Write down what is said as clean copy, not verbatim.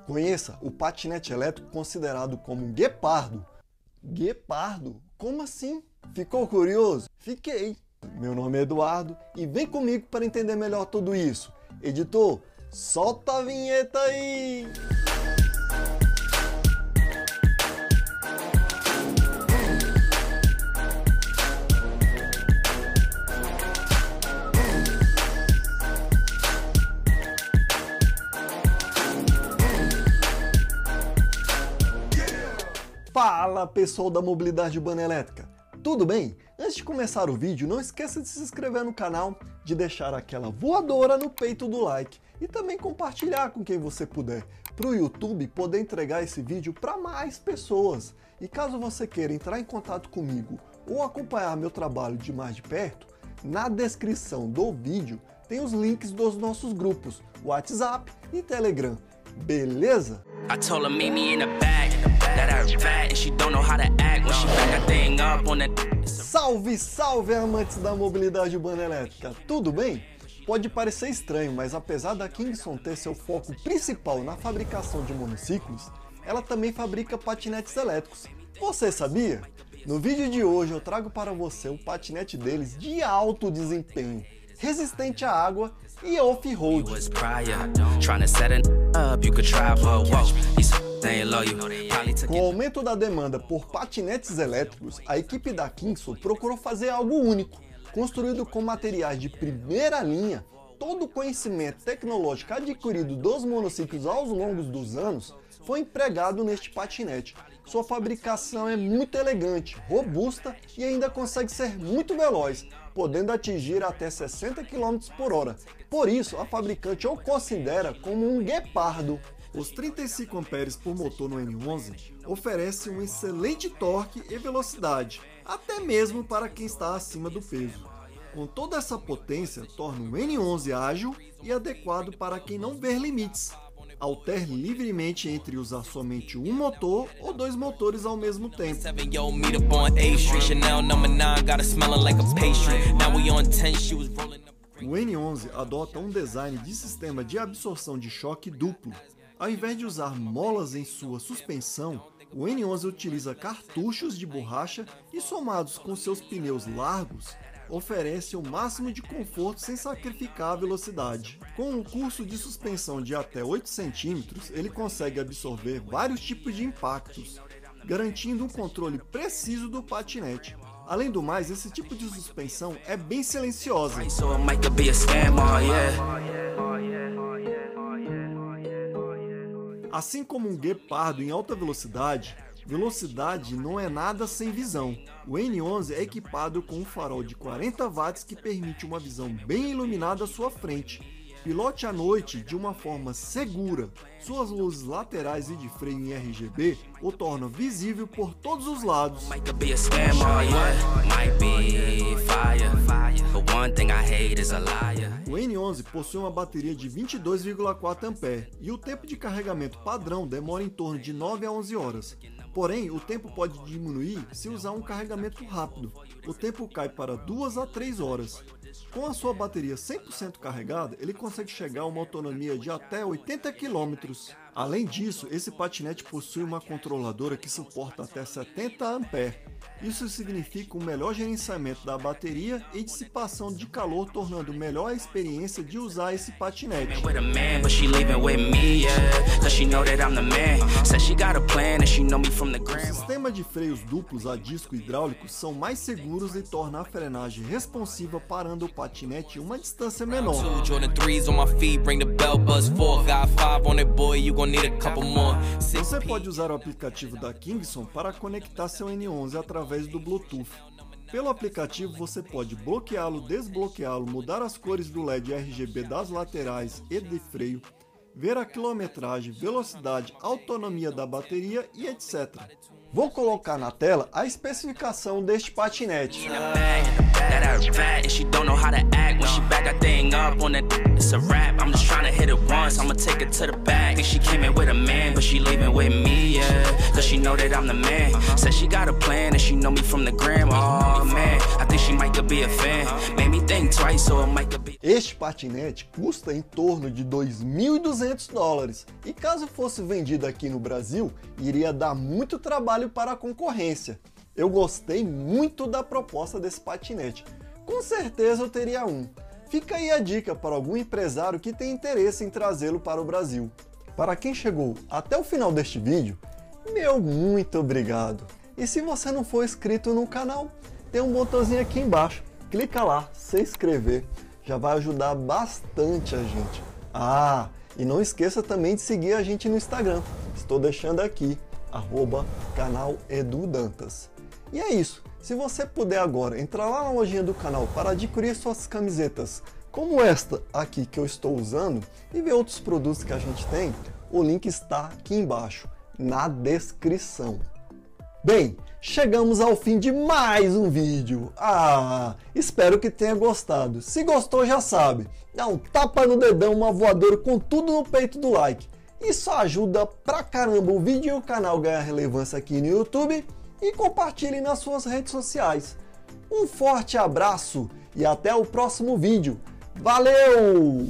Conheça o patinete elétrico considerado como um guepardo. Guepardo? Como assim? Ficou curioso? Fiquei. Meu nome é Eduardo e vem comigo para entender melhor tudo isso. Editor, solta a vinheta aí! Fala pessoal da mobilidade urbana elétrica, tudo bem? Antes de começar o vídeo, não esqueça de se inscrever no canal, de deixar aquela voadora no peito do like e também compartilhar com quem você puder, para o YouTube poder entregar esse vídeo para mais pessoas. E caso você queira entrar em contato comigo ou acompanhar meu trabalho de mais de perto, na descrição do vídeo tem os links dos nossos grupos, WhatsApp e Telegram, beleza? Salve, salve amantes da mobilidade urbana elétrica, tudo bem? Pode parecer estranho, mas apesar da Kingston ter seu foco principal na fabricação de monociclos, ela também fabrica patinetes elétricos. Você sabia? No vídeo de hoje eu trago para você o patinete deles de alto desempenho, resistente à água e off-road. Com o aumento da demanda por patinetes elétricos, a equipe da Kingston procurou fazer algo único. Construído com materiais de primeira linha, todo o conhecimento tecnológico adquirido dos monociclos ao longo dos anos foi empregado neste patinete. Sua fabricação é muito elegante, robusta e ainda consegue ser muito veloz, podendo atingir até 60 km por hora. Por isso, a fabricante o considera como um guepardo. Os 35 amperes por motor no N11 oferecem um excelente torque e velocidade, até mesmo para quem está acima do peso. Com toda essa potência, torna o N11 ágil e adequado para quem não vê limites. Altere livremente entre usar somente um motor ou dois motores ao mesmo tempo. O N11 adota um design de sistema de absorção de choque duplo. Ao invés de usar molas em sua suspensão, o N11 utiliza cartuchos de borracha e, somados com seus pneus largos, oferece o máximo de conforto sem sacrificar a velocidade. Com um curso de suspensão de até 8 cm, ele consegue absorver vários tipos de impactos, garantindo um controle preciso do patinete. Além do mais, esse tipo de suspensão é bem silenciosa. Assim como um guepardo em alta velocidade, velocidade não é nada sem visão. O N11 é equipado com um farol de 40 watts que permite uma visão bem iluminada à sua frente. Pilote à noite de uma forma segura. Suas luzes laterais e de freio em RGB o tornam visível por todos os lados. O N11 possui uma bateria de 22,4 A e o tempo de carregamento padrão demora em torno de 9 a 11 horas. Porém, o tempo pode diminuir se usar um carregamento rápido. O tempo cai para 2 a 3 horas. Com a sua bateria 100% carregada, ele consegue chegar a uma autonomia de até 80 km. Além disso, esse patinete possui uma controladora que suporta até 70 A. Isso significa um melhor gerenciamento da bateria e dissipação de calor, tornando melhor a experiência de usar esse patinete. O sistema de freios duplos a disco hidráulicos são mais seguros e torna a frenagem responsiva, parando o patinete em uma distância menor. Você pode usar o aplicativo da Kingston para conectar seu N11 através do Bluetooth. Pelo aplicativo você pode bloqueá-lo, desbloqueá-lo, mudar as cores do LED RGB das laterais e de freio, ver a quilometragem, velocidade, autonomia da bateria e etc. Vou colocar na tela a especificação deste patinete. Este patinete custa em torno de 2.200 dólares e caso fosse vendido aqui no Brasil, iria dar muito trabalho para a concorrência. Eu gostei muito da proposta desse patinete, com certeza eu teria um. Fica aí a dica para algum empresário que tem interesse em trazê-lo para o Brasil. Para quem chegou até o final deste vídeo, meu muito obrigado! E se você não for inscrito no canal, tem um botãozinho aqui embaixo, clica lá, se inscrever. Já vai ajudar bastante a gente. Ah, e não esqueça também de seguir a gente no Instagram. Estou deixando aqui, @canal Edu Dantas. E é isso. Se você puder agora entrar lá na lojinha do canal para adquirir suas camisetas, como esta aqui que eu estou usando, e ver outros produtos que a gente tem, o link está aqui embaixo, na descrição. Bem, chegamos ao fim de mais um vídeo. Espero que tenha gostado. Se gostou, já sabe, dá um tapa no dedão, uma voadora com tudo no peito do like. Isso ajuda pra caramba o vídeo e o canal ganhar relevância aqui no YouTube e compartilhe nas suas redes sociais. Um forte abraço e até o próximo vídeo. Valeu!